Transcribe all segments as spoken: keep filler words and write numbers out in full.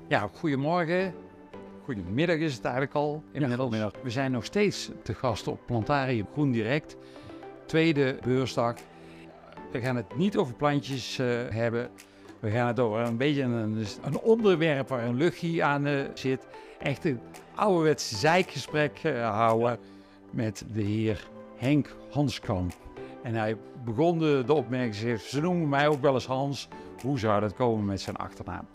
Ja, goedemorgen. Goedemiddag is het eigenlijk al. Inmiddels. Ja, we zijn nog steeds te gast op Plantarium Groen Direct. Tweede beursdag. We gaan het niet over plantjes uh, hebben. We gaan het over een beetje een, een onderwerp waar een luchtje aan uh, zit. Echt een ouderwets zijkgesprek uh, houden met de heer Henk Hanskamp. En hij begon de, de opmerking, ze noemen mij ook wel eens Hans. Hoe zou dat komen met zijn achternaam?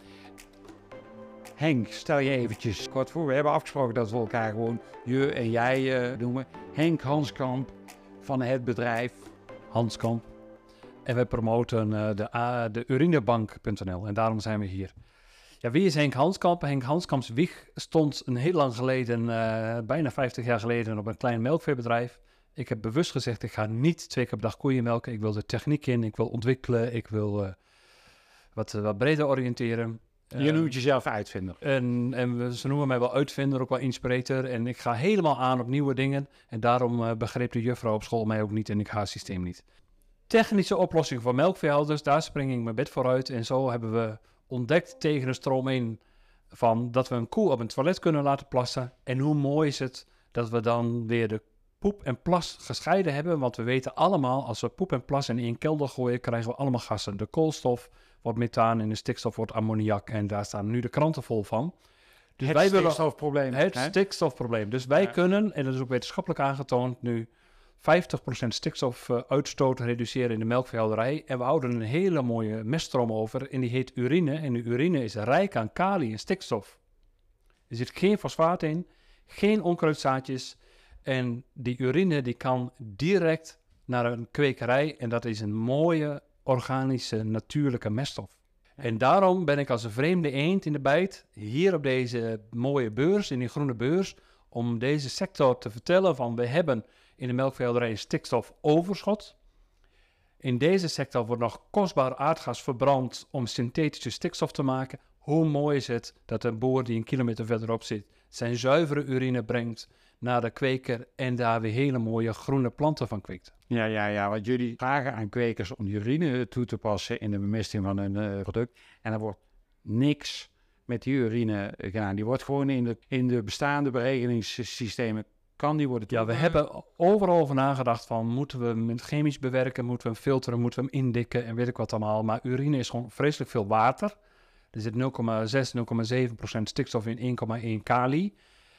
Henk, stel je eventjes kort voor. We hebben afgesproken dat we elkaar gewoon je en jij uh, noemen. Henk Hanskamp van het bedrijf Hanskamp. En we promoten uh, de, uh, de urinebank punt n l en daarom zijn we hier. Ja, wie is Henk Hanskamp? Henk Hanskamps wieg stond een heel lang geleden, uh, bijna vijftig jaar geleden, op een klein melkveebedrijf. Ik heb bewust gezegd, ik ga niet twee keer per dag koeien melken. Ik wil de techniek in, ik wil ontwikkelen, ik wil uh, wat, uh, wat breder oriënteren. Je noemt jezelf uitvinder. En, en we, ze noemen mij wel uitvinder, ook wel inspirator. En ik ga helemaal aan op nieuwe dingen. En daarom uh, begreep de juffrouw op school mij ook niet en ik haar systeem niet. Technische oplossingen voor melkveehouders, daar spring ik mijn bed voor uit. En zo hebben we ontdekt tegen de stroom in van dat we een koe op een toilet kunnen laten plassen. En hoe mooi is het dat we dan weer de poep en plas gescheiden hebben. Want we weten allemaal, als we poep en plas in één kelder gooien, krijgen we allemaal gassen. De koolstof wordt methaan en de stikstof wordt ammoniak. En daar staan nu de kranten vol van. Dus het wij stikstofprobleem. Willen, het hè? stikstofprobleem. Dus wij ja. kunnen, en dat is ook wetenschappelijk aangetoond, nu vijftig procent stikstofuitstoot reduceren in de melkveehouderij. En we houden een hele mooie meststroom over en die heet urine. En de urine is rijk aan kalium en stikstof. Er zit geen fosfaat in, geen onkruidzaadjes. En die urine die kan direct naar een kwekerij en dat is een mooie organische natuurlijke meststof. En daarom ben ik als een vreemde eend in de bijt hier op deze mooie beurs, in die groene beurs, om deze sector te vertellen van we hebben in de melkveehouderij een stikstofoverschot. In deze sector wordt nog kostbaar aardgas verbrand om synthetische stikstof te maken. Hoe mooi is het dat een boer die een kilometer verderop zit zijn zuivere urine brengt naar de kweker en daar weer hele mooie groene planten van kweekt. Ja, ja, ja, want jullie vragen aan kwekers om urine toe te passen in de bemisting van hun uh, product. En er wordt niks met die urine gedaan. Die wordt gewoon in de, in de bestaande beregelingssystemen, kan die worden toegepast. Ja, we hebben overal over nagedacht van, moeten we hem chemisch bewerken, moeten we hem filteren, moeten we hem indikken en weet ik wat allemaal. Maar urine is gewoon vreselijk veel water. Er zit nul komma zes, nul komma zeven procent stikstof in, één komma één kali.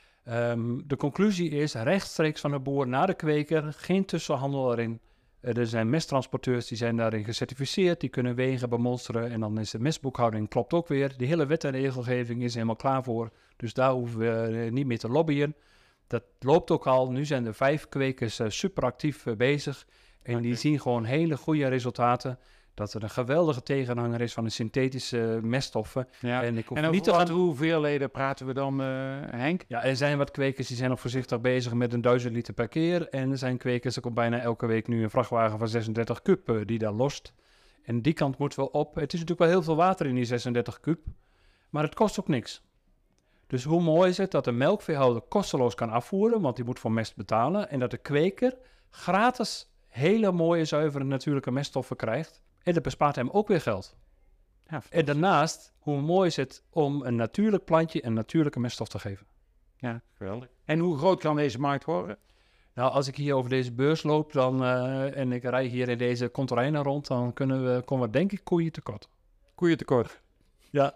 Um, de conclusie is rechtstreeks van de boer naar de kweker, geen tussenhandel erin. Uh, er zijn mesttransporteurs die zijn daarin gecertificeerd, die kunnen wegen, bemonsteren en dan is de mestboekhouding klopt ook weer. De hele wet en regelgeving is helemaal klaar voor, dus daar hoeven we uh, niet meer te lobbyen. Dat loopt ook al, nu zijn er vijf kwekers uh, superactief uh, bezig en okay. die zien gewoon hele goede resultaten. Dat er een geweldige tegenhanger is van de synthetische meststoffen. Ja. En, ik hoef en over niet te wat gaan... hoeveelheden praten we dan, uh, Henk? Ja, er zijn wat kwekers die zijn nog voorzichtig bezig met een duizend liter per keer. En er zijn kwekers, er komt bijna elke week nu een vrachtwagen van zesendertig kub uh, die daar lost. En die kant moeten we op. Het is natuurlijk wel heel veel water in die zesendertig kub. Maar het kost ook niks. Dus hoe mooi is het dat de melkveehouder kosteloos kan afvoeren, want die moet voor mest betalen. En dat de kweker gratis hele mooie, zuivere, natuurlijke meststoffen krijgt. En dat bespaart hem ook weer geld. Ja, en daarnaast, hoe mooi is het om een natuurlijk plantje een natuurlijke meststof te geven. Ja, geweldig. En hoe groot kan deze markt worden? Nou, als ik hier over deze beurs loop dan, uh, en ik rij hier in deze container rond, dan kunnen we, komen we denk ik koeien tekort. Koeien tekort? Ja.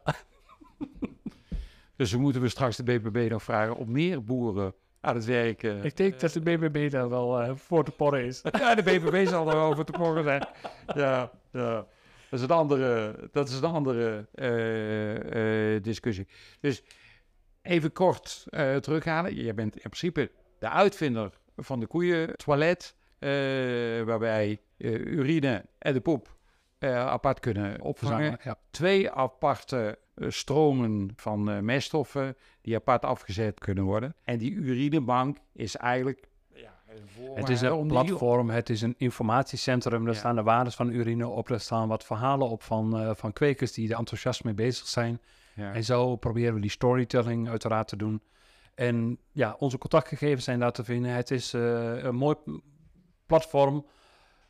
Dus we moeten we straks de B B B nog vragen om meer boeren aan het werk. Uh, ik denk uh, dat de B B B daar wel uh, voor te porren is. Ja, de B B B zal er wel over te porren zijn. Ja, ja. Dat is een andere, dat is een andere uh, uh, discussie. Dus even kort uh, terughalen. Je bent in principe de uitvinder van de koeientoilet, uh, waarbij uh, urine en de poep uh, apart kunnen opvangen. Ja. Twee aparte uh, stromen van uh, meststoffen die apart afgezet kunnen worden. En die urinebank is eigenlijk... Het is een platform, het is een informatiecentrum. Daar ja. staan de waardes van urine op. Er staan wat verhalen op van, uh, van kwekers die er enthousiast mee bezig zijn. Ja. En zo proberen we die storytelling uiteraard te doen. En ja, onze contactgegevens zijn daar te vinden. Het is uh, een mooi platform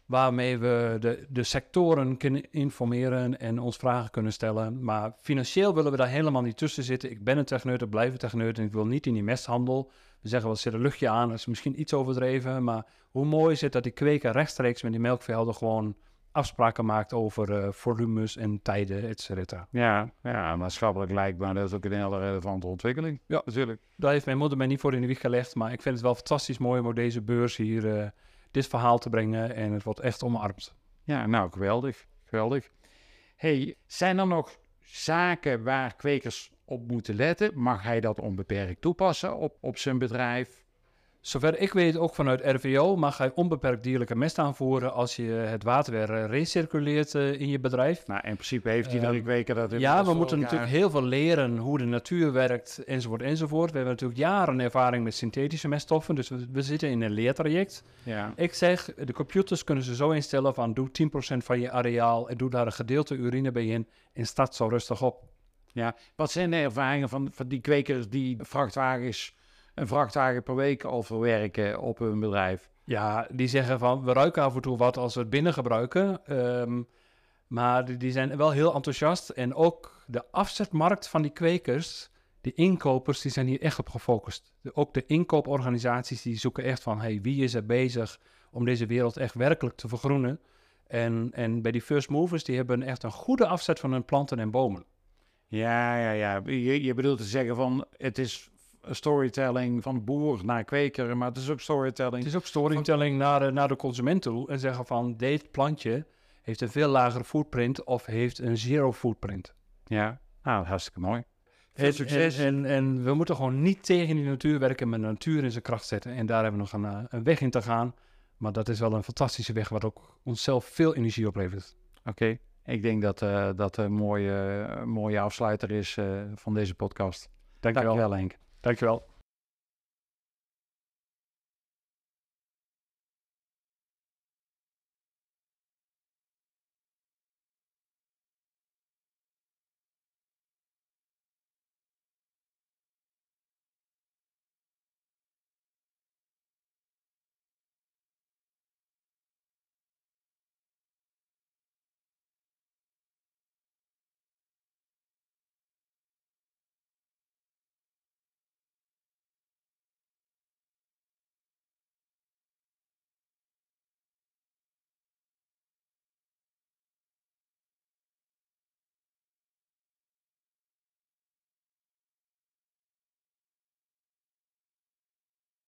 waarmee we de, de sectoren kunnen informeren en ons vragen kunnen stellen. Maar financieel willen we daar helemaal niet tussen zitten. Ik ben een techneut, ik blijf een techneut en ik wil niet in die mesthandel. We zeggen, wel, zit een luchtje aan, dat is misschien iets overdreven. Maar hoe mooi is het dat die kweker rechtstreeks met die melkveehouden gewoon afspraken maakt over uh, volumes en tijden, et cetera. Ja, ja, maatschappelijk lijkt me dat is ook een hele relevante ontwikkeling. Ja, natuurlijk. Daar heeft mijn moeder mij niet voor in de wieg gelegd, maar ik vind het wel fantastisch mooi om op deze beurs hier uh, dit verhaal te brengen en het wordt echt omarmd. Ja, nou, geweldig, geweldig. Hey, zijn er nog zaken waar kwekers op moeten letten? Mag hij dat onbeperkt toepassen op, op zijn bedrijf? Zover ik weet, ook vanuit R V O mag hij onbeperkt dierlijke mest aanvoeren als je het water weer uh, recirculeert uh, in je bedrijf. Nou, in principe heeft iedere uh, kweker dat... Ja, we moeten elkaar... natuurlijk heel veel leren hoe de natuur werkt, enzovoort, enzovoort. We hebben natuurlijk jaren ervaring met synthetische meststoffen, dus we, we zitten in een leertraject. Ja. Ik zeg, de computers kunnen ze zo instellen van doe tien procent van je areaal en doe daar een gedeelte urine bij in en start zo rustig op. Ja, wat zijn de ervaringen van, van die kwekers die vrachtwagens... een vrachtwagen per week al verwerken op hun bedrijf? Ja, die zeggen van, we ruiken af en toe wat als we het binnen gebruiken. Um, maar die, die zijn wel heel enthousiast. En ook de afzetmarkt van die kwekers, die inkopers, die zijn hier echt op gefocust. De, ook de inkooporganisaties, die zoeken echt van, hey, wie is er bezig om deze wereld echt werkelijk te vergroenen? En, en bij die first movers, die hebben echt een goede afzet van hun planten en bomen. Ja, ja, ja. Je, je bedoelt te zeggen van, het is... storytelling van boer naar kweker, maar het is ook storytelling... Het is ook storytelling van... naar, de, naar de consument toe en zeggen van, dit plantje heeft een veel lagere footprint of heeft een zero footprint. Ja, nou, hartstikke mooi. Veel succes. En, en, en we moeten gewoon niet tegen die natuur werken, maar de natuur in zijn kracht zetten. En daar hebben we nog een, een weg in te gaan. Maar dat is wel een fantastische weg, wat ook onszelf veel energie oplevert. Oké, okay. Ik denk dat uh, dat een mooie, uh, mooie afsluiter is uh, van deze podcast. Dank je wel, Dank je wel, Henk. Dankjewel.